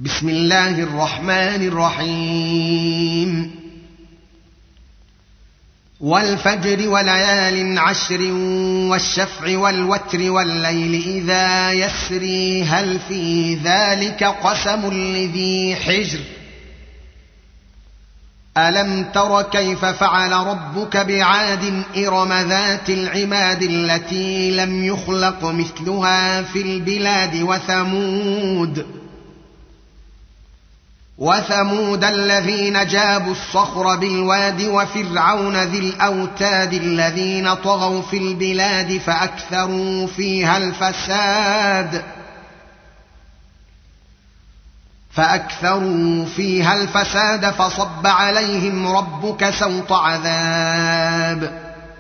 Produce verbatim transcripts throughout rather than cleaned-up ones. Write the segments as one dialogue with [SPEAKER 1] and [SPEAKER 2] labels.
[SPEAKER 1] بسم الله الرحمن الرحيم والفجر وليال عشر والشفع والوتر والليل إذا يسري هل في ذلك قسم لذي حجر ألم تر كيف فعل ربك بعاد إرم ذات العماد التي لم يخلق مثلها في البلاد وثمود وثمود الذين جابوا الصخر بالواد وفرعون ذي الأوتاد الذين طغوا في البلاد فأكثروا فيها الفساد فأكثروا فيها الفساد فصب عليهم ربك سوط عذاب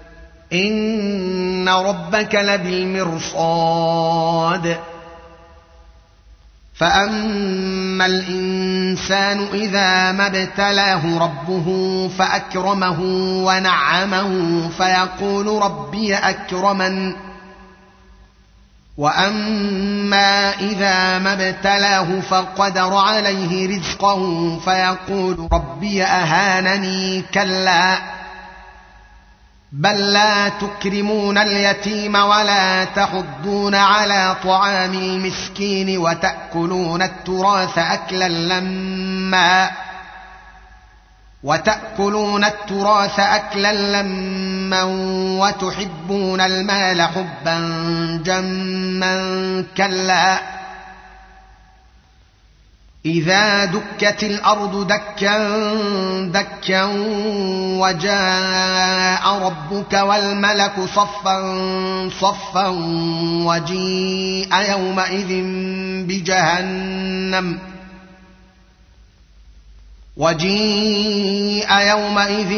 [SPEAKER 1] إن ربك لبالمرصاد فأما الإنسان إذا ما ابتلاه ربه فأكرمه ونعمه فيقول ربي أكرمن وأما إذا ما ابتلاه فقدر عليه رزقه فيقول ربي أهانني كلا بل لا تكرمون اليتيم ولا تحضون على طعام المسكين وتأكلون التراث أكلا لما وتأكلون التراث أكلا لما وتحبون المال حبا جما كلا إذا دكت الأرض دكا دكا وجاء ربك والملك صفا صفا وجيء يومئذ بجهنم وجيء يومئذ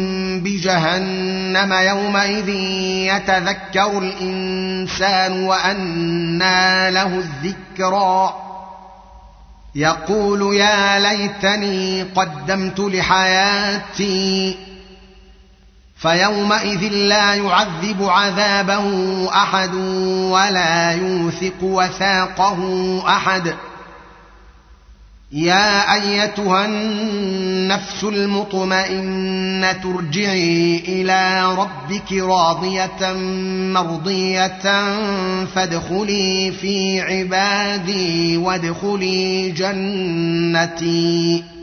[SPEAKER 1] بجهنم يومئذ يتذكر الإنسان وأنى له الذكرى يقول يا ليتني قدمت لحياتي فيومئذ لا يعذب عذابه أحد ولا يوثق وثاقه أحد يا أيتها النفس المطمئنة ارجعي إلى ربك راضية مرضية فادخلي في عبادي وادخلي جنتي.